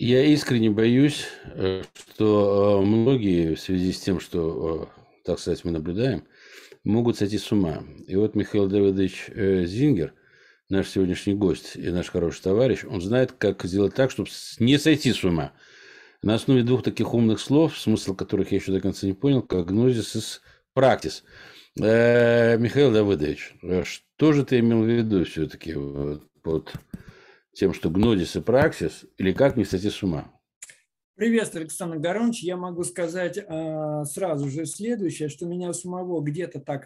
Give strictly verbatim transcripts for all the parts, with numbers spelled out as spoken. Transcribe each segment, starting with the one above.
Я искренне боюсь, э, что э, многие в связи с тем, что, э, так сказать, мы наблюдаем, могут сойти с ума. И вот Михаил Давыдович э, Зингер, наш сегодняшний гость и наш хороший товарищ, он знает, как сделать так, чтобы не сойти с ума. На основе двух таких умных слов, смысл которых я еще до конца не понял, как гнозис и практис. Э, Михаил Давыдович, э, что же ты имел в виду все-таки вот, под тем, что гнозис и праксис, или как не сойти с ума? Приветствую, Александр Горович. Я могу сказать э, сразу же следующее, что меня самого где-то так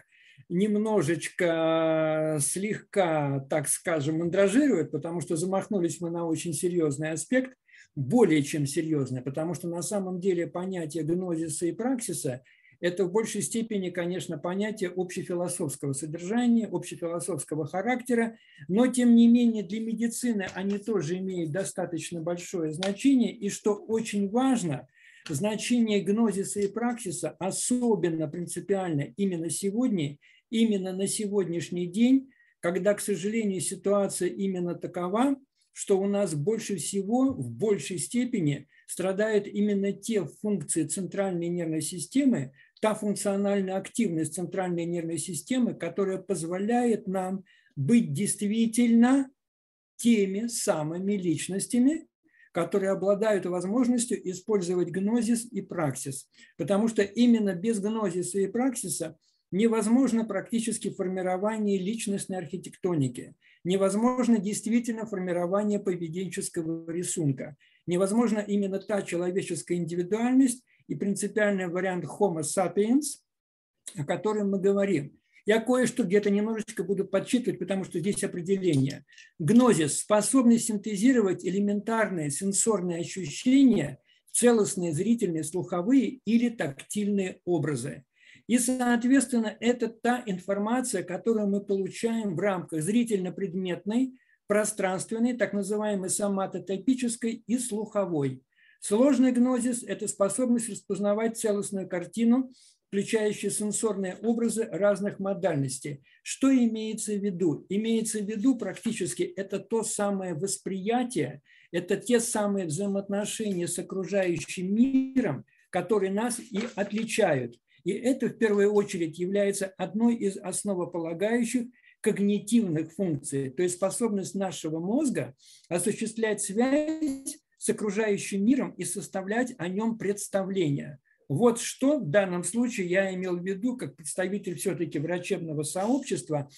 немножечко, слегка, так скажем, мандражирует, потому что замахнулись мы на очень серьезный аспект, более чем серьезный, потому что на самом деле понятие гнозиса и праксиса – это в большей степени, конечно, понятие общефилософского содержания, общефилософского характера, но, тем не менее, для медицины они тоже имеют достаточно большое значение. И что очень важно, значение гнозиса и праксиса особенно принципиально именно сегодня, именно на сегодняшний день, когда, к сожалению, ситуация именно такова, что у нас больше всего, в большей степени страдают именно те функции центральной нервной системы, та функциональная активность центральной нервной системы, которая позволяет нам быть действительно теми самыми личностями, которые обладают возможностью использовать гнозис и праксис. Потому что именно без гнозиса и праксиса невозможно практически формирование личностной архитектоники, невозможно действительно формирование поведенческого рисунка, невозможно именно та человеческая индивидуальность и принципиальный вариант Homo sapiens, о котором мы говорим. Я кое-что где-то немножечко буду подсчитывать, потому что здесь определение. Гнозис – способность синтезировать элементарные сенсорные ощущения, целостные зрительные, слуховые или тактильные образы. И, соответственно, это та информация, которую мы получаем в рамках зрительно-предметной, пространственной, так называемой соматотопической и слуховой. Сложный гнозис – это способность распознавать целостную картину, включающую сенсорные образы разных модальностей. Что имеется в виду? Имеется в виду практически это то самое восприятие, это те самые взаимоотношения с окружающим миром, которые нас и отличают. И это в первую очередь является одной из основополагающих когнитивных функций, то есть способность нашего мозга осуществлять связь с окружающим миром и составлять о нем представление. Вот что в данном случае я имел в виду как представитель все-таки врачебного сообщества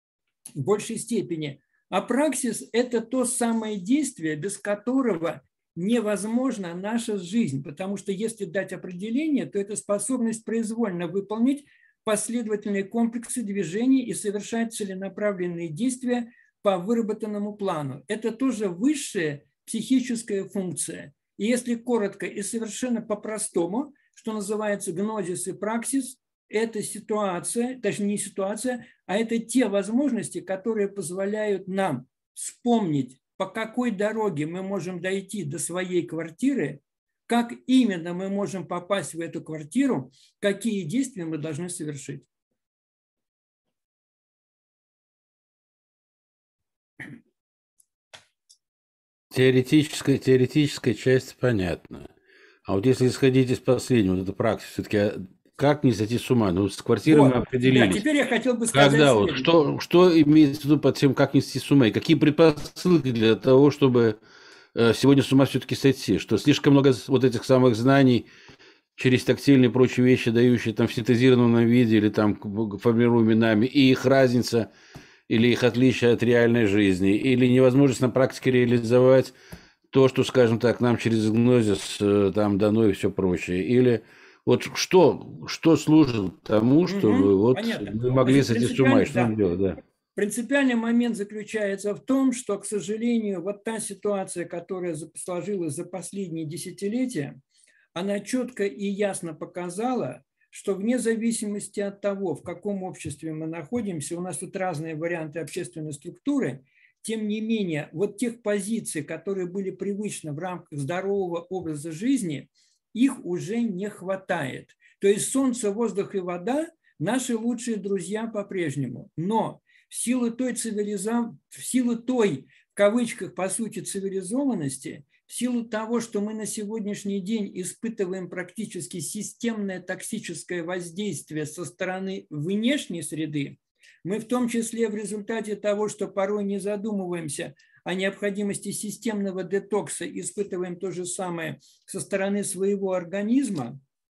в большей степени. А праксис – это то самое действие, без которого невозможна наша жизнь, потому что если дать определение, то это способность произвольно выполнить последовательные комплексы движений и совершать целенаправленные действия по выработанному плану. Это тоже высшая психическая функция. И если коротко и совершенно по-простому, что называется гнозис и праксис, это ситуация, точнее не ситуация, а это те возможности, которые позволяют нам вспомнить, по какой дороге мы можем дойти до своей квартиры, как именно мы можем попасть в эту квартиру, какие действия мы должны совершить. Теоретическая, теоретическая часть понятна. А вот если исходить из последнего, вот эта практика, все-таки как не сойти с ума? Ну, с квартирой вот. мы определились. Да, теперь я хотел бы сказать Когда вот, что, что имеется в виду под тем, как не сойти с ума? И какие предпосылки для того, чтобы э, сегодня с ума все-таки сойти? Что слишком много вот этих самых знаний через тактильные и прочие вещи, дающие там в синтезированном виде или там формируемыми нами, и их разница или их отличие от реальной жизни, или невозможность на практике реализовать то, что, скажем так, нам через гнозис там дано и все прочее. Или вот что, что служит тому, чтобы угу, вот мы могли сойти с ума, и что нам делать, да. Принципиальный момент заключается в том, что, к сожалению, вот та ситуация, которая сложилась за последние десятилетия, она четко и ясно показала, что вне зависимости от того, в каком обществе мы находимся, у нас тут разные варианты общественной структуры, тем не менее, вот тех позиций, которые были привычны в рамках здорового образа жизни, их уже не хватает. То есть солнце, воздух и вода – наши лучшие друзья по-прежнему. Но в силу той цивилиза... в силу той, в кавычках, по сути, цивилизованности, В силу того, что мы на сегодняшний день испытываем практически системное токсическое воздействие со стороны внешней среды, мы в том числе в результате того, что порой не задумываемся о необходимости системного детокса, испытываем то же самое со стороны своего организма,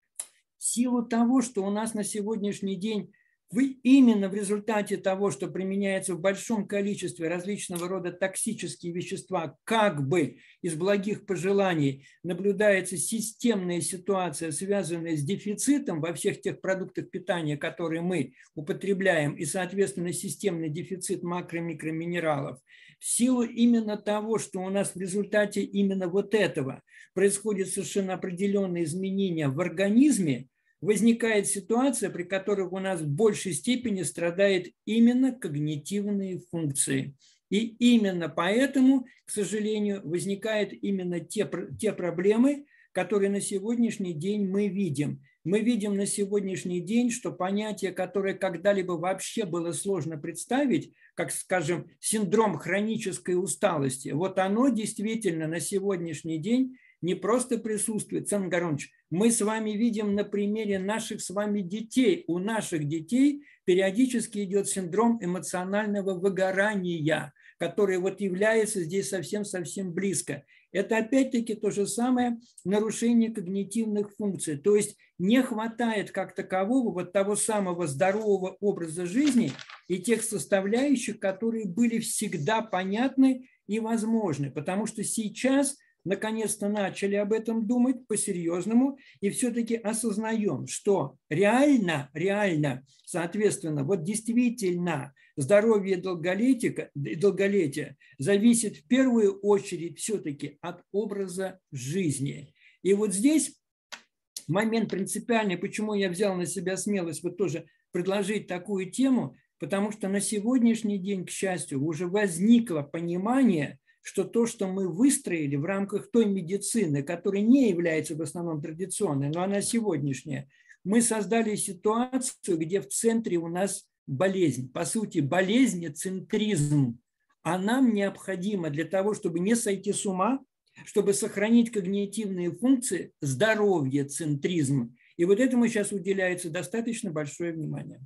в силу того, что у нас на сегодняшний день именно в результате того, что применяется в большом количестве различного рода токсические вещества, как бы из благих пожеланий наблюдается системная ситуация, связанная с дефицитом во всех тех продуктах питания, которые мы употребляем, и, соответственно, системный дефицит макро- и микроминералов, в силу именно того, что у нас в результате именно вот этого происходят совершенно определенные изменения в организме, возникает ситуация, при которой у нас в большей степени страдают именно когнитивные функции. И именно поэтому, к сожалению, возникают именно те, те проблемы, которые на сегодняшний день мы видим. Мы видим на сегодняшний день, что понятие, которое когда-либо вообще было сложно представить, как, скажем, синдром хронической усталости, вот оно действительно на сегодняшний день не просто присутствует. Сан Гаронович, мы с вами видим на примере наших с вами детей. У наших детей периодически идет синдром эмоционального выгорания, который вот является здесь совсем-совсем близко. Это опять-таки то же самое нарушение когнитивных функций. То есть не хватает как такового вот того самого здорового образа жизни и тех составляющих, которые были всегда понятны и возможны. Потому что сейчас наконец-то начали об этом думать по-серьезному и все-таки осознаем, что реально, реально, соответственно, вот действительно здоровье долголетия, долголетия зависит в первую очередь все-таки от образа жизни. И вот здесь момент принципиальный, почему я взял на себя смелость вот тоже предложить такую тему, потому что на сегодняшний день, к счастью, уже возникло понимание, что то, что мы выстроили в рамках той медицины, которая не является в основном традиционной, но она сегодняшняя, мы создали ситуацию, где в центре у нас болезнь. По сути, болезнь – центризм. А нам необходимо для того, чтобы не сойти с ума, чтобы сохранить когнитивные функции, здоровье, центризм. И вот этому сейчас уделяется достаточно большое внимание.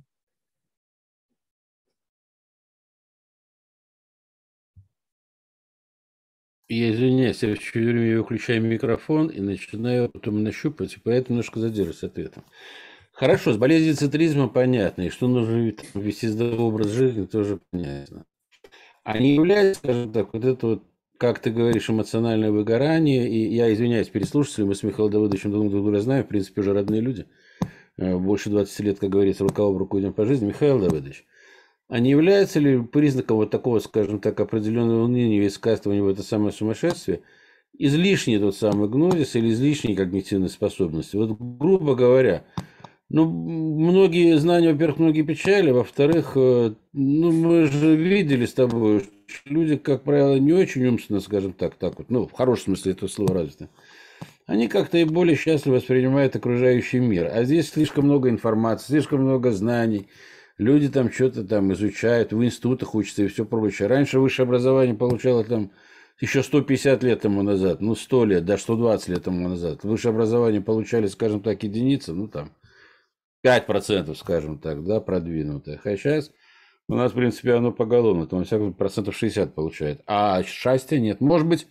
Я извиняюсь, я все время выключаю микрофон и начинаю потом нащупать, и поэтому немножко задержусь с ответом. Хорошо, с болезнью центризма понятно, и что нужно вести здоровый образ жизни, тоже понятно. А не является, скажем так, вот это вот, как ты говоришь, эмоциональное выгорание, и я извиняюсь перед слушателями, мы с Михаилом Давыдовичем друг друга знаем, в принципе, уже родные люди, больше двадцати лет, как говорится, рука об руку идем по жизни. Михаил Давыдович, а не является ли признаком вот такого, скажем так, определенного уныния и скатывания в это самое сумасшествие излишний тот самый гнозис или излишние когнитивные способности? Вот, грубо говоря, ну, многие знания, во-первых, многие печали, во-вторых, ну, мы же видели с тобой, что люди, как правило, не очень умственно, скажем так, так вот, ну, в хорошем смысле этого слова развиты. Они как-то и более счастливо воспринимают окружающий мир. А здесь слишком много информации, слишком много знаний. Люди там что-то там изучают, в институтах учатся и все прочее. Раньше высшее образование получало там еще сто пятьдесят лет тому назад, ну сто лет, даже сто двадцать лет тому назад. Высшее образование получали, скажем так, единицы, ну там пять процентов, скажем так, да, продвинутых. А сейчас у нас, в принципе, оно поголовно, там, во всяком случае, процентов шестьдесят получает. А счастья нет. Может быть,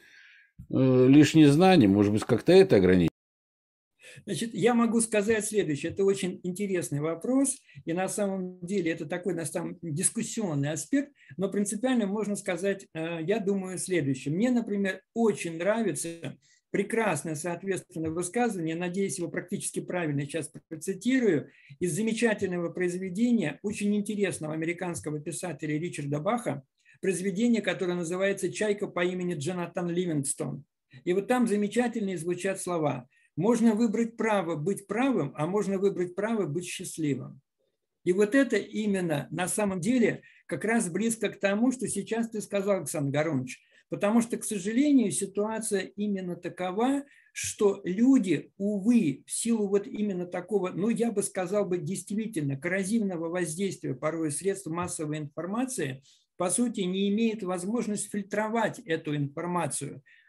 лишние знания, может быть, как-то это ограничить? Значит, я могу сказать следующее. Это очень интересный вопрос, и на самом деле это такой на самом дискуссионный аспект, но принципиально можно сказать, я думаю, следующее. Мне, например, очень нравится прекрасное, соответственно, высказывание, надеюсь, его практически правильно сейчас процитирую, из замечательного произведения очень интересного американского писателя Ричарда Баха, произведение, которое называется «Чайка по имени Джонатан Ливингстон». И вот там замечательно звучат слова: можно выбрать право быть правым, а можно выбрать право быть счастливым. И вот это именно на самом деле как раз близко к тому, что сейчас ты сказал, Александр Гаронович. Потому что, к сожалению, ситуация именно такова, что люди, увы, в силу вот именно такого, ну, я бы сказал бы, действительно коррозивного воздействия порой средств массовой информации, по сути, не имеют возможность фильтровать эту информацию.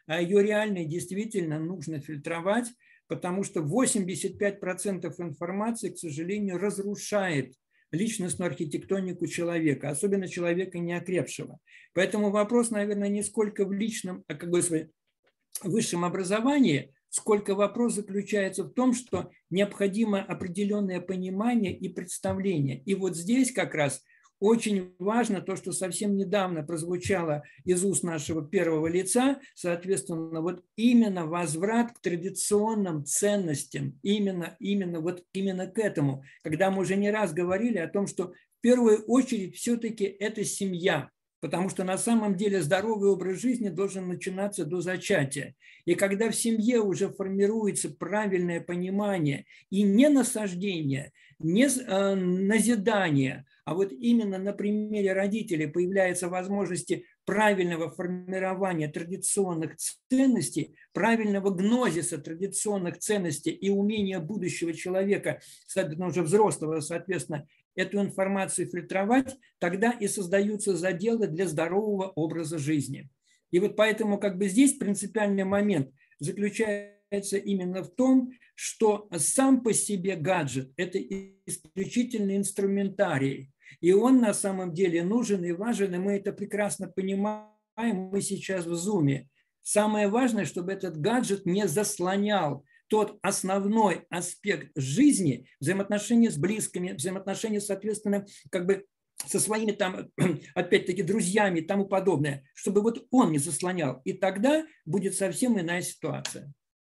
а ее реально и действительно нужно фильтровать, потому что восемьдесят пять процентов информации, к сожалению, разрушает личностную архитектонику человека, особенно человека неокрепшего. Поэтому вопрос, наверное, не сколько в личном, а как бы в высшем образовании, сколько вопрос заключается в том, что необходимо определенное понимание и представление. И вот здесь как раз очень важно то, что совсем недавно прозвучало из уст нашего первого лица, соответственно, вот именно возврат к традиционным ценностям, именно, именно, вот именно к этому, когда мы уже не раз говорили о том, что в первую очередь все-таки это семья, потому что на самом деле здоровый образ жизни должен начинаться до зачатия. И когда в семье уже формируется правильное понимание и не насаждение, не назидание, а вот именно на примере родителей появляются возможности правильного формирования традиционных ценностей, правильного гнозиса традиционных ценностей и умения будущего человека, соответственно, уже взрослого, соответственно, эту информацию фильтровать, тогда и создаются заделы для здорового образа жизни. И вот поэтому как бы здесь принципиальный момент заключается именно в том, что сам по себе гаджет – это исключительный инструментарий. И он на самом деле нужен и важен, и мы это прекрасно понимаем, мы сейчас в Zoom. Самое важное, чтобы этот гаджет не заслонял тот основной аспект жизни, взаимоотношения с близкими, взаимоотношения, соответственно, как бы со своими там, опять-таки, друзьями и тому подобное, чтобы вот он не заслонял. И тогда будет совсем иная ситуация.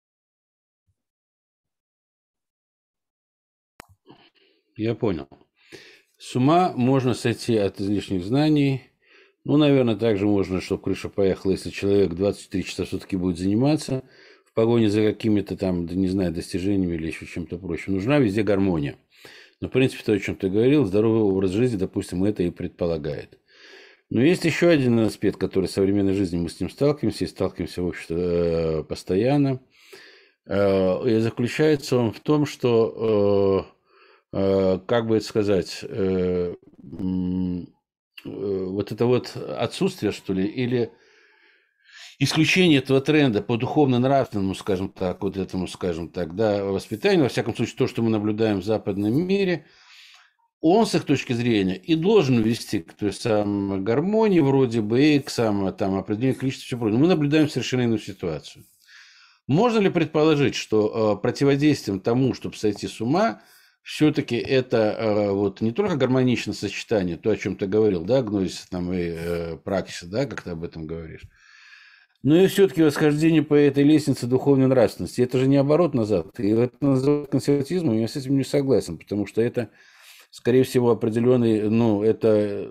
Я понял. С ума можно сойти от излишних знаний. Ну, наверное, также можно, чтобы крыша поехала, если человек двадцать четыре часа в сутки будет заниматься в погоне за какими-то там, да не знаю, достижениями или еще чем-то прочим. Нужна везде гармония. Но, в принципе, то, о чем ты говорил, здоровый образ жизни, допустим, это и предполагает. Но есть еще один аспект, который в современной жизни мы с ним сталкиваемся, и сталкиваемся, в общем-то, постоянно. И заключается он в том, что, как бы это сказать, вот это вот отсутствие, что ли, или исключение этого тренда по духовно-нравственному, скажем так, вот этому, скажем так, да, воспитанию, во всяком случае, то, что мы наблюдаем в западном мире, он, с их точки зрения, и должен вести к той самой гармонии вроде бы и к самому там определению количества всего прочего. Мы наблюдаем совершенно иную ситуацию. Можно ли предположить, что э, противодействием тому, чтобы сойти с ума, все-таки это э, вот не только гармоничное сочетание, то, о чем ты говорил, да, гнозиса там и э, практиса, да, как ты об этом говоришь, но и все-таки восхождение по этой лестнице духовной нравственности. Это же не оборот назад. И это называют консерватизмом, я с этим не согласен, потому что это, скорее всего, определенный, ну, это,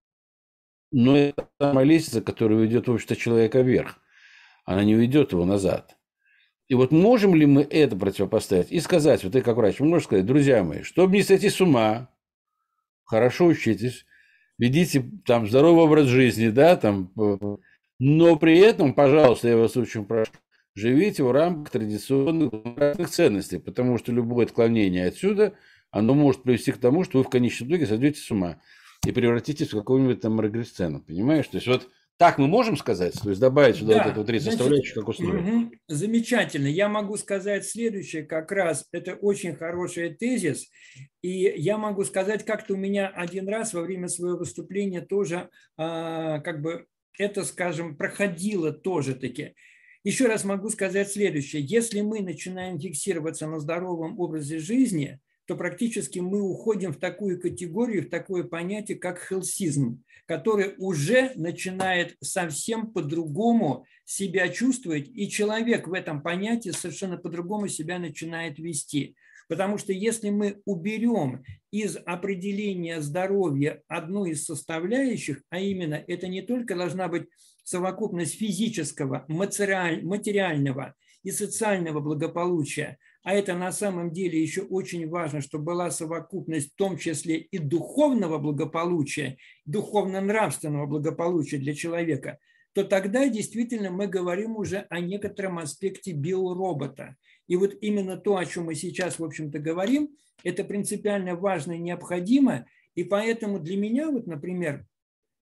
ну, это самая лестница, которая ведет, в общем-то, человека вверх. Она не ведет его назад. И вот можем ли мы это противопоставить и сказать, вот ты как врач, вы можете сказать, друзья мои, чтобы не сойти с ума, хорошо учитесь, ведите там здоровый образ жизни, да, там, но при этом, пожалуйста, я вас очень прошу, живите в рамках традиционных ценностей, потому что любое отклонение отсюда, оно может привести к тому, что вы в конечном итоге сойдете с ума и превратитесь в какую-нибудь там регрессцену, понимаешь? То есть вот так мы можем сказать, то есть добавить сюда, да, вот эту три составляющих как условие. Угу, замечательно. Я могу сказать следующее как раз. Это очень хороший тезис. И я могу сказать, как-то у меня один раз во время своего выступления тоже а, как бы это, скажем, проходило тоже таки. Еще раз могу сказать следующее. Если мы начинаем фиксироваться на здоровом образе жизни, то практически мы уходим в такую категорию, в такое понятие, как хелсизм, который уже начинает совсем по-другому себя чувствовать, и человек в этом понятии совершенно по-другому себя начинает вести. Потому что если мы уберем из определения здоровья одну из составляющих, а именно это не только должна быть совокупность физического, материального и социального благополучия, а это на самом деле еще очень важно, чтобы была совокупность в том числе и духовного благополучия, духовно-нравственного благополучия для человека, то тогда действительно мы говорим уже о некотором аспекте биоробота. И вот именно то, о чем мы сейчас, в общем-то, говорим, это принципиально важно и необходимо. И поэтому для меня, вот, например,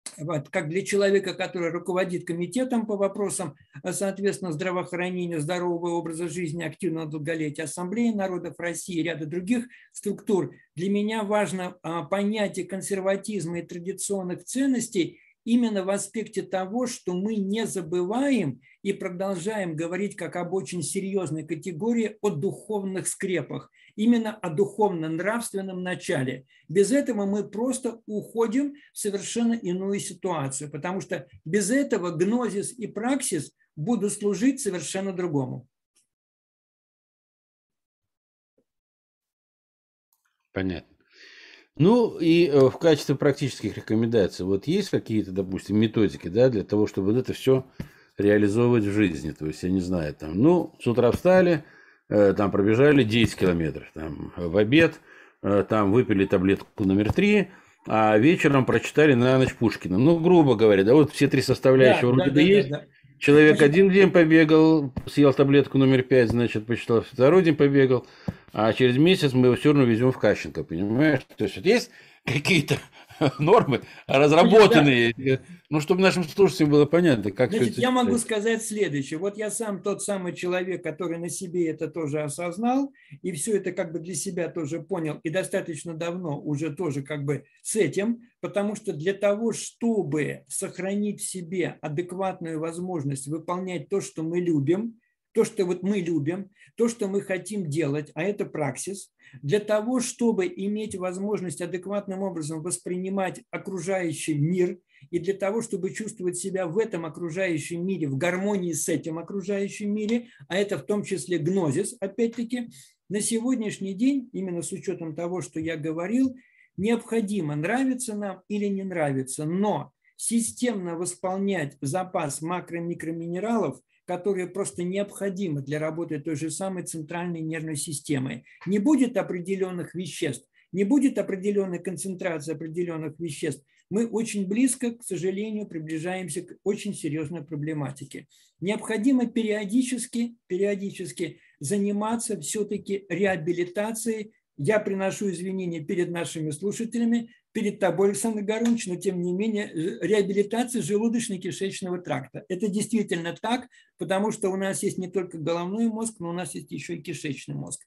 Вот, как для человека, который руководит комитетом по вопросам, соответственно, здравоохранения, здорового образа жизни, активного долголетия, Ассамблеи народов России и ряда других структур, для меня важно понятие консерватизма и традиционных ценностей именно в аспекте того, что мы не забываем и продолжаем говорить как об очень серьезной категории о духовных скрепах, именно о духовно-нравственном начале. Без этого мы просто уходим в совершенно иную ситуацию, потому что без этого гнозис и праксис будут служить совершенно другому. Понятно. Ну и в качестве практических рекомендаций, вот есть какие-то, допустим, методики, да, для того, чтобы вот это все реализовывать в жизни? То есть, я не знаю, там, ну, с утра встали, э, там пробежали десять километров, там, в обед, э, там выпили таблетку номер три, а вечером прочитали на ночь Пушкина. Ну, грубо говоря, да, вот все три составляющие Да, вроде да, бы да, есть. да, да. Человек Значит, один день побегал, съел таблетку номер пять, значит, почитал, второй день побегал, а через месяц мы его все равно везем в Кащенко, понимаешь? То есть вот есть какие-то нормы разработанные, ну, чтобы нашим слушателям было понятно, как все Значит, это я могу делается. сказать следующее. Вот я сам тот самый человек, который на себе это тоже осознал, и все это как бы для себя тоже понял, и достаточно давно уже тоже как бы с этим, потому что для того, чтобы сохранить в себе адекватную возможность выполнять то, что мы любим, то, что вот мы любим, то, что мы хотим делать, а это праксис, для того, чтобы иметь возможность адекватным образом воспринимать окружающий мир, и для того, чтобы чувствовать себя в этом окружающем мире, в гармонии с этим окружающим мире, а это в том числе гнозис, опять-таки, на сегодняшний день, именно с учетом того, что я говорил, необходимо, нравится нам или не нравится, но системно восполнять запас макро-микроминералов, которые просто необходимы для работы той же самой центральной нервной системы. Не будет определенных веществ, не будет определенной концентрации определенных веществ, мы очень близко, к сожалению, приближаемся к очень серьезной проблематике. Необходимо периодически, периодически заниматься все-таки реабилитацией. Я приношу извинения перед нашими слушателями, перед тобой, Александр Гарунович, но тем не менее реабилитация желудочно-кишечного тракта. Это действительно так, потому что у нас есть не только головной мозг, но у нас есть еще и кишечный мозг.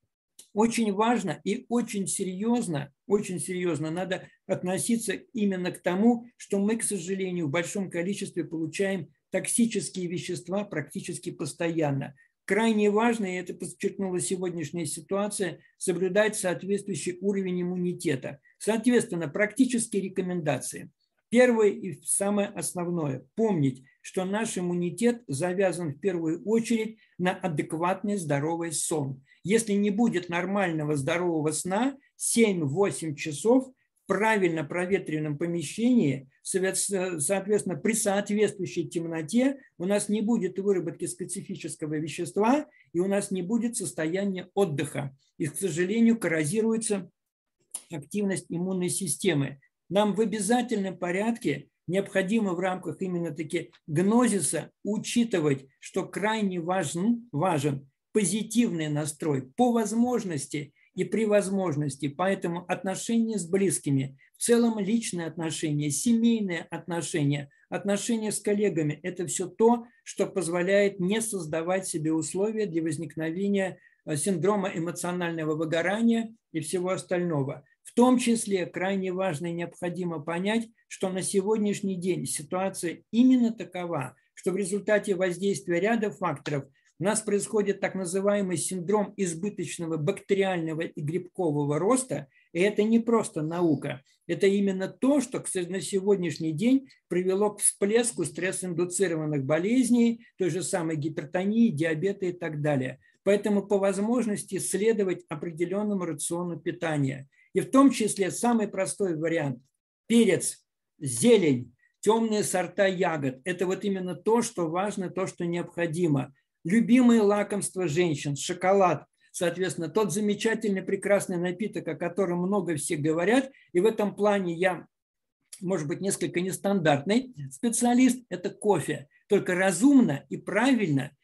Очень важно и очень серьезно, очень серьезно надо относиться именно к тому, что мы, к сожалению, в большом количестве получаем токсические вещества практически постоянно. Крайне важно, и это подчеркнула сегодняшняя ситуация, соблюдать соответствующий уровень иммунитета. Соответственно, практические рекомендации. Первое и самое основное – помнить, что наш иммунитет завязан в первую очередь на адекватный здоровый сон. Если не будет нормального здорового сна, семь-восемь часов в правильно проветренном помещении, соответственно, при соответствующей темноте у нас не будет выработки специфического вещества, и у нас не будет состояния отдыха. И, к сожалению, коррозируется активность иммунной системы. Нам в обязательном порядке необходимо в рамках именно таки гнозиса учитывать, что крайне важен, важен позитивный настрой по возможности и при возможности. Поэтому отношения с близкими, в целом личные отношения, семейные отношения, отношения с коллегами – это все то, что позволяет не создавать себе условия для возникновения синдрома эмоционального выгорания и всего остального. В том числе крайне важно и необходимо понять, что на сегодняшний день ситуация именно такова, что в результате воздействия ряда факторов у нас происходит так называемый синдром избыточного бактериального и грибкового роста, и это не просто наука, это именно то, что на сегодняшний день привело к всплеску стресс-индуцированных болезней, той же самой гипертонии, диабета и так далее. Поэтому по возможности следовать определенному рациону питания. И в том числе самый простой вариант – перец, зелень, темные сорта ягод. Это вот именно то, что важно, то, что необходимо. Любимые лакомства женщин, шоколад, соответственно, тот замечательный, прекрасный напиток, о котором много все говорят. И в этом плане я, может быть, несколько нестандартный специалист – это кофе. Только разумно и правильно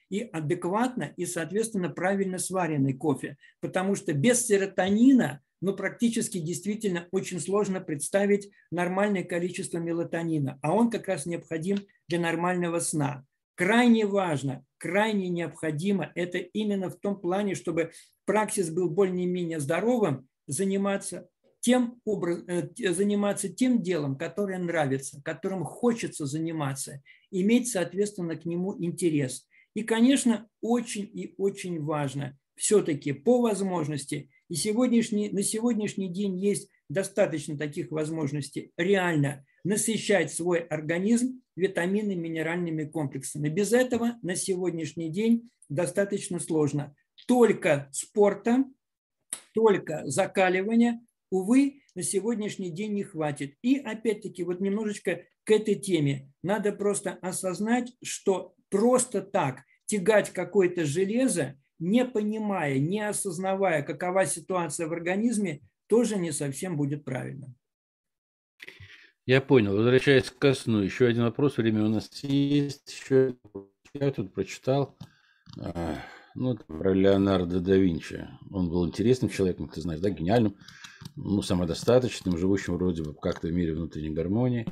и адекватно, и, соответственно, правильно сваренный кофе. Потому что без серотонина, ну, практически действительно очень сложно представить нормальное количество мелатонина, а он как раз необходим для нормального сна. Крайне важно, крайне необходимо, это именно в том плане, чтобы праксис был более-менее здоровым, заниматься тем, образ, заниматься тем делом, которое нравится, которым хочется заниматься, иметь, соответственно, к нему интерес. И, конечно, очень и очень важно все-таки по возможности, и сегодняшний, на сегодняшний день есть достаточно таких возможностей, реально насыщать свой организм витаминами, минеральными комплексами. Без этого на сегодняшний день достаточно сложно. Только спорта, только закаливания, увы, на сегодняшний день не хватит. И опять-таки вот немножечко к этой теме. Надо просто осознать, что просто так тягать какое-то железо, не понимая, не осознавая, какова ситуация в организме, тоже не совсем будет правильно. Я понял. Возвращаясь ко сну, еще один вопрос. Время у нас есть. Еще я тут прочитал ну, про Леонардо да Винчи. Он был интересным человеком, ты знаешь, да, гениальным, ну, самодостаточным, живущим вроде бы как-то в мире внутренней гармонии.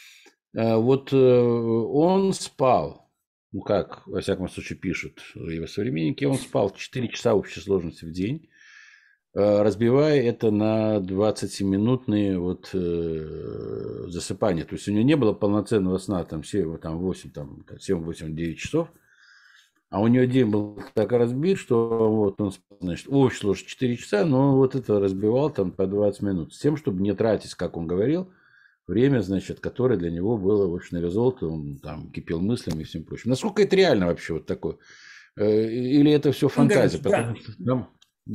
Вот он спал. Ну, как, во всяком случае, пишут его современники, он спал четыре часа общей сложности в день, разбивая это на двадцатиминутные вот, э, засыпания. То есть у него не было полноценного сна, там, семь, там, восемь, там, семь, восемь, девять часов, а у него день был так разбит, что вот он, значит, общей сложности четыре часа, но он вот это разбивал там по двадцать минут, с тем, чтобы не тратить, как он говорил, время, значит, которое для него было, в общем, на резолт, он там кипел мыслями и всем прочим. Насколько это реально вообще вот такое? Или это все фантазия? Да. Потому что нам...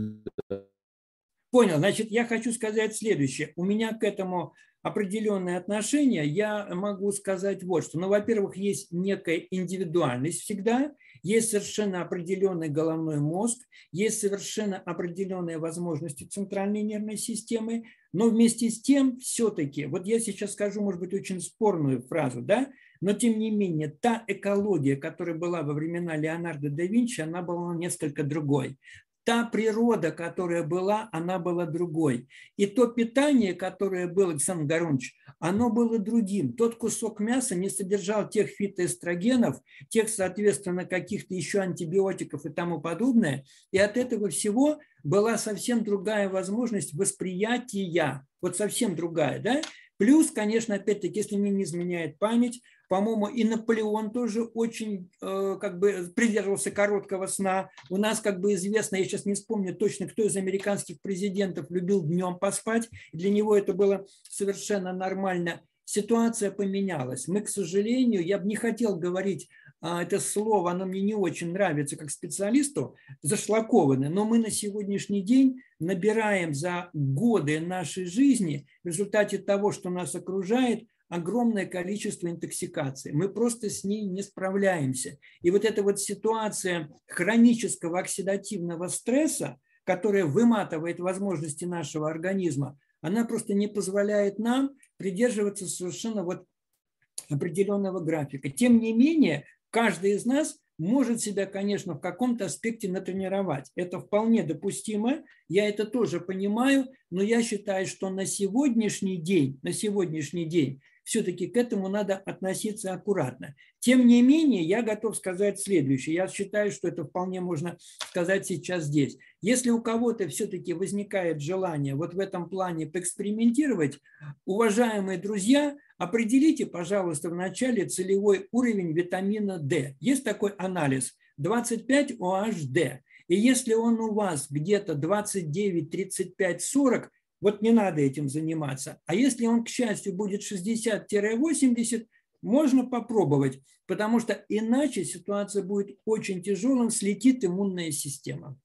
Понял. Значит, я хочу сказать следующее. У меня к этому определенное отношение. Я могу сказать вот что. Ну, во-первых, есть некая индивидуальность всегда, есть совершенно определенный головной мозг, есть совершенно определенные возможности центральной нервной системы, но вместе с тем все-таки, вот я сейчас скажу, может быть, очень спорную фразу, да, но тем не менее, та экология, которая была во времена Леонардо да Винчи, она была несколько другой. Та природа, которая была, она была другой. И то питание, которое было, Александр Горович, оно было другим. Тот кусок мяса не содержал тех фитоэстрогенов, тех, соответственно, каких-то еще антибиотиков и тому подобное. И от этого всего была совсем другая возможность восприятия. Вот совсем другая, да? Плюс, конечно, опять-таки, если мне не изменяет память, по-моему, и Наполеон тоже очень э, как бы придерживался короткого сна. У нас, как бы известно, я сейчас не вспомню точно, кто из американских президентов любил днем поспать. Для него это было совершенно нормально. Ситуация поменялась. Мы, к сожалению, я бы не хотел говорить это слово, оно мне не очень нравится как специалисту, зашлакованы, но мы на сегодняшний день набираем за годы нашей жизни в результате того, что нас окружает, огромное количество интоксикаций. Мы просто с ней не справляемся. И вот эта вот ситуация хронического оксидативного стресса, которая выматывает возможности нашего организма, она просто не позволяет нам придерживаться совершенно вот определенного графика. Тем не менее, каждый из нас может себя, конечно, в каком-то аспекте натренировать. Это вполне допустимо, я это тоже понимаю, но я считаю, что на сегодняшний день, на сегодняшний день все-таки к этому надо относиться аккуратно. Тем не менее, я готов сказать следующее. Я считаю, что это вполне можно сказать сейчас здесь. Если у кого-то все-таки возникает желание вот в этом плане поэкспериментировать, уважаемые друзья, определите, пожалуйста, вначале целевой уровень витамина D. Есть такой анализ двадцать пять о эйч ди. И если он у вас где-то двадцать девять, тридцать пять, сорок, вот не надо этим заниматься. А если он, к счастью, будет шестьдесят - восемьдесят, можно попробовать, потому что иначе ситуация будет очень тяжелым, слетит иммунная система.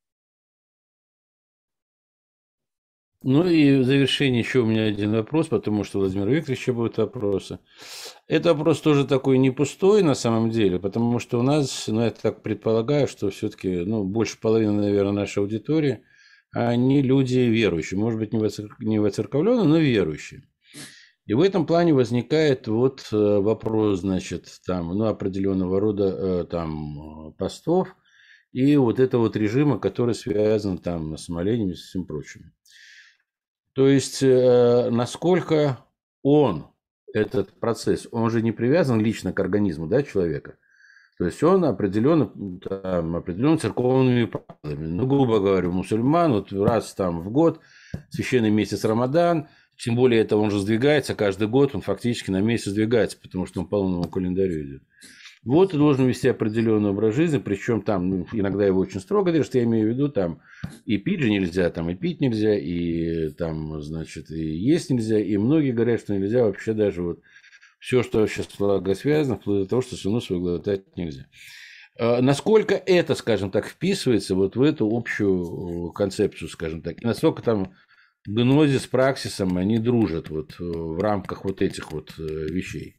Ну и в завершение еще у меня один вопрос, потому что Владимир Викторович еще будут вопросы. Это вопрос тоже такой не пустой на самом деле, потому что у нас, ну я так предполагаю, что все-таки ну, больше половины, наверное, нашей аудитории, они люди верующие, может быть, не воцерковленные, но верующие. И в этом плане возникает вот вопрос, значит, там, ну, определенного рода там постов и вот этого вот режима, который связан там с молениями и всем прочим. То есть, насколько он, этот процесс, он же не привязан лично к организму, да, человека. То есть он определенно, там, определен церковными правилами. Ну, грубо говоря, мусульман вот раз там в год, священный месяц Рамадан, тем более это он же сдвигается каждый год, он фактически на месяц сдвигается, потому что он по лунному календарю идет. Вот ты должен вести определенный образ жизни, причем там ну, иногда его очень строго держат, я имею в виду, там и пить же нельзя, там и пить нельзя, и там, значит, и есть нельзя, и многие говорят, что нельзя вообще даже вот все, что сейчас с влагой связано, вплоть до того, что слюну свою глотать нельзя. Насколько это, скажем так, вписывается вот в эту общую концепцию, скажем так, и насколько там гнозис с праксисом, они дружат вот в рамках вот этих вот вещей?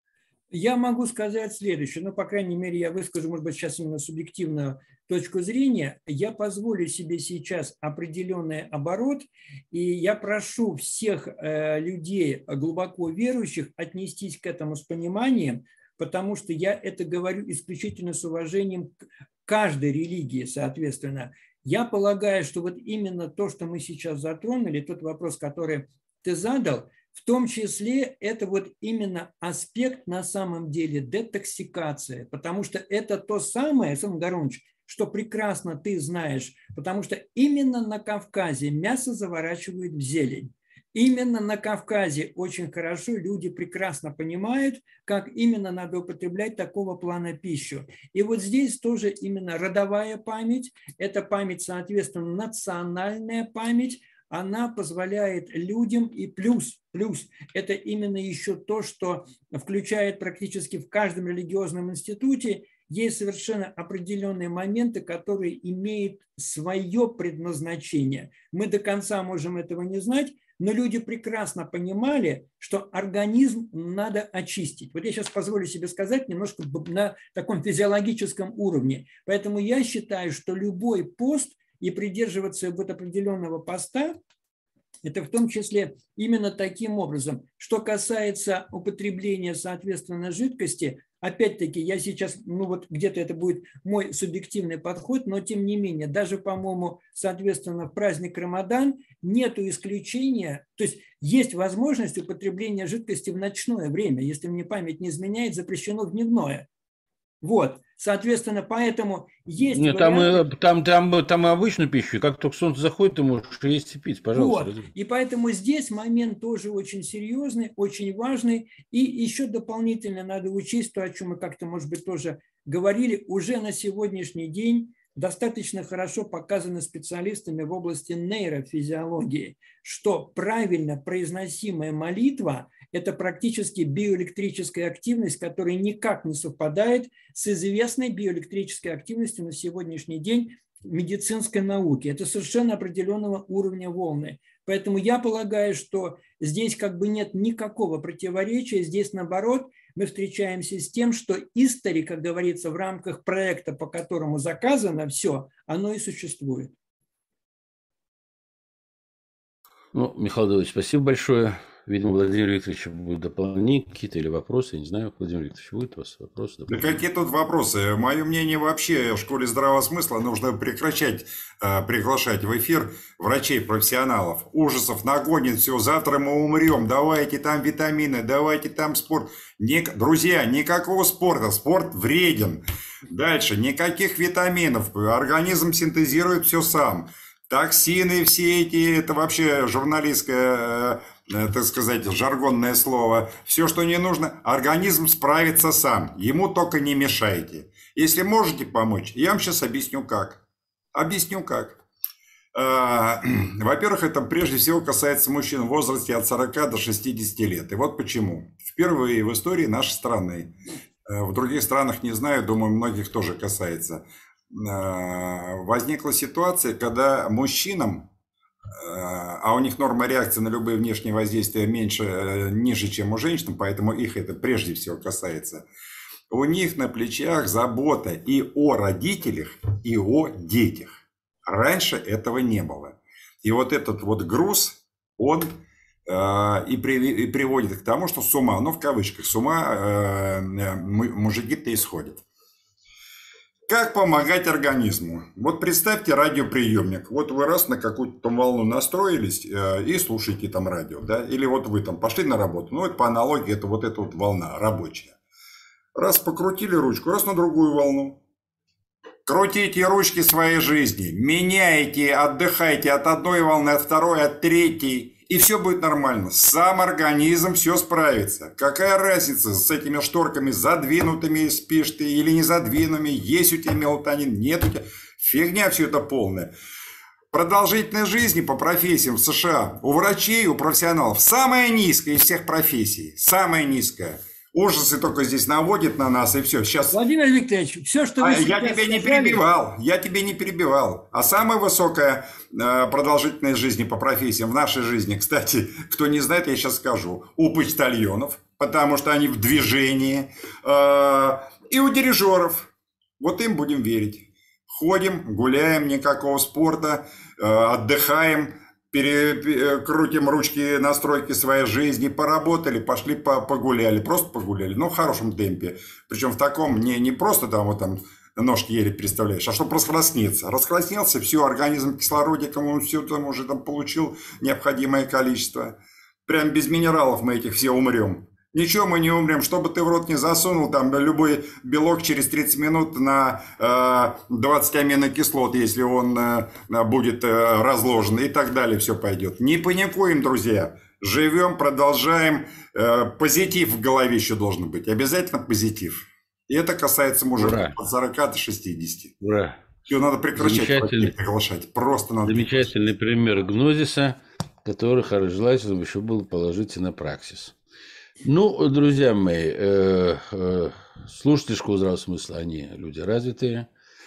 Я могу сказать следующее, ну, по крайней мере, я выскажу, может быть, сейчас именно субъективную точку зрения. Я позволю себе сейчас определенный оборот, и я прошу всех людей, глубоко верующих, отнестись к этому с пониманием, потому что я это говорю исключительно с уважением к каждой религии, соответственно. Я полагаю, что вот именно то, что мы сейчас затронули, тот вопрос, который ты задал, в том числе это вот именно аспект на самом деле детоксикации, потому что это то самое, Александр Доронович, что прекрасно ты знаешь, потому что именно на Кавказе мясо заворачивают в зелень. Именно на Кавказе очень хорошо люди прекрасно понимают, как именно надо употреблять такого плана пищу. И вот здесь тоже именно родовая память, это память, соответственно, национальная память, она позволяет людям, и плюс, плюс, это именно еще то, что включает практически в каждом религиозном институте, есть совершенно определенные моменты, которые имеют свое предназначение. Мы до конца можем этого не знать, но люди прекрасно понимали, что организм надо очистить. Вот я сейчас позволю себе сказать немножко на таком физиологическом уровне. Поэтому я считаю, что любой пост и придерживаться вот определенного поста, это в том числе именно таким образом. Что касается употребления, соответственно, жидкости, опять-таки, я сейчас, ну вот где-то это будет мой субъективный подход, но тем не менее, даже, по-моему, соответственно, в праздник Рамадан нету исключения, то есть есть возможность употребления жидкости в ночное время, если мне память не изменяет, запрещено в дневное. Вот, соответственно, поэтому есть Нет, варианты... там, там, там, там и обычную пищу, как только солнце заходит, ты можешь есть и пить, пожалуйста. Вот. И поэтому здесь момент тоже очень серьезный, очень важный. И еще дополнительно надо учесть то, о чем мы как-то, может быть, тоже говорили, уже на сегодняшний день достаточно хорошо показано специалистами в области нейрофизиологии, что правильно произносимая молитва – это практически биоэлектрическая активность, которая никак не совпадает с известной биоэлектрической активностью на сегодняшний день медицинской науки. Это совершенно определенного уровня волны. Поэтому я полагаю, что здесь как бы нет никакого противоречия, здесь наоборот мы встречаемся с тем, что истори, как говорится, в рамках проекта, по которому заказано все, оно и существует. Ну, Михаил Давыдович, спасибо большое. Видимо, Владимир Викторович будут дополнения какие-то или вопросы. Я не знаю, Владимир Викторович, будут у вас вопросы? Да какие тут вопросы? Мое мнение вообще в школе здравого смысла нужно прекращать э, приглашать в эфир врачей-профессионалов. Ужасов нагонит все, завтра мы умрем, давайте там витамины, давайте там спорт. Ник... Друзья, никакого спорта, спорт вреден. Дальше, никаких витаминов, организм синтезирует все сам. Токсины все эти, это вообще журналистское, так сказать, жаргонное слово. Все, что не нужно, организм справится сам. Ему только не мешайте. Если можете помочь, я вам сейчас объясню как. Объясню как. Во-первых, это прежде всего касается мужчин в возрасте от сорока до шестидесяти лет. И вот почему. Впервые в истории нашей страны, в других странах не знаю, думаю, многих тоже касается, возникла ситуация, когда мужчинам, а у них норма реакции на любые внешние воздействия меньше, ниже, чем у женщин, поэтому их это прежде всего касается, у них на плечах забота и о родителях, и о детях. Раньше этого не было. И вот этот вот груз, он и, при, и приводит к тому, что с ума, ну в кавычках, с ума мужики-то исходят. Как помогать организму? Вот представьте радиоприемник. Вот вы раз на какую-то там волну настроились и слушаете там радио, да? Или вот вы там пошли на работу. Ну, это по аналогии, это вот эта вот волна рабочая. Раз покрутили ручку, раз на другую волну. Крутите ручки своей жизни, меняйте, отдыхайте от одной волны, от второй, от третьей. И все будет нормально. Сам организм все справится. Какая разница с этими шторками задвинутыми, спишь ты или не задвинутыми, есть у тебя мелатонин, нет у тебя. Фигня все это полная. Продолжительность жизни по профессиям в США у врачей, у профессионалов самая низкая из всех профессий. Самая низкая. Ужасы только здесь наводит на нас, и все. Сейчас... Владимир Викторович, все, что вы а, Я тебе сказали... не перебивал, я тебе не перебивал. А самая высокая э, продолжительность жизни по профессиям в нашей жизни, кстати, кто не знает, я сейчас скажу, у почтальонов, потому что они в движении, э, и у дирижеров. Вот им будем верить. Ходим, гуляем, никакого спорта, э, отдыхаем, перекрутим ручки настройки своей жизни, поработали, пошли погуляли, просто погуляли, но в хорошем темпе. Причем в таком, не, не просто там вот там ножки еле представляешь, а чтобы раскраснеться. Раскраснелся, все, организм кислородиком, он все там уже там получил необходимое количество. Прям без минералов мы этих все умрем. Ничего мы не умрем, что бы ты в рот не засунул, там любой белок через тридцать минут на э, двадцать аминокислот, если он э, будет э, разложен и так далее, все пойдет. Не паникуем, друзья, живем, продолжаем, э, позитив в голове еще должен быть, обязательно позитив. И это касается мужиков от сорока до шестидесяти. Ура. Все, надо прекращать приглашать, просто надо. Замечательный пример гнозиса, который желательно еще был положить и на праксис. Ну, друзья мои, э, э, слушатели школы здравого смысла, они люди развитые,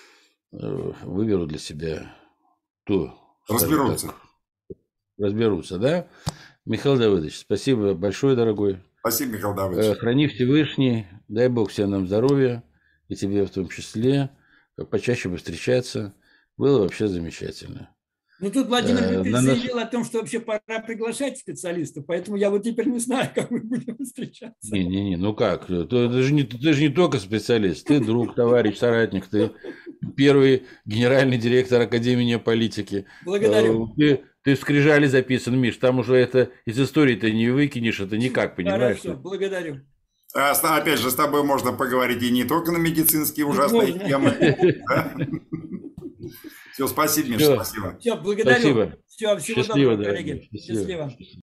э, выберут для себя ту... Разберутся. Так, разберутся, да? Михаил Давыдович, спасибо большое, дорогой. Спасибо, Михаил Давыдович. Э, храни Всевышний, дай Бог всем нам здоровья, и тебе в том числе, почаще бы встречаться. Было вообще замечательно. Ну, тут Владимир Викторович заявил о том, что вообще пора приглашать специалистов, поэтому я вот теперь не знаю, как мы будем встречаться. Не-не-не, ну как, ты, ты, же не, ты же не только специалист, ты друг, товарищ, соратник, ты первый генеральный директор Академии неополитики. Благодарю. Ты, ты в скрижале записан, Миш, там уже это из истории ты не выкинешь, это никак, понимаешь? Хорошо, благодарю. А, опять же, с тобой можно поговорить и не только на медицинские ужасные темы. Все, спасибо, Миша, спасибо. Все, благодарю. Спасибо. Все, всего Счастливо, доброго, коллеги. Счастливо. Счастливо.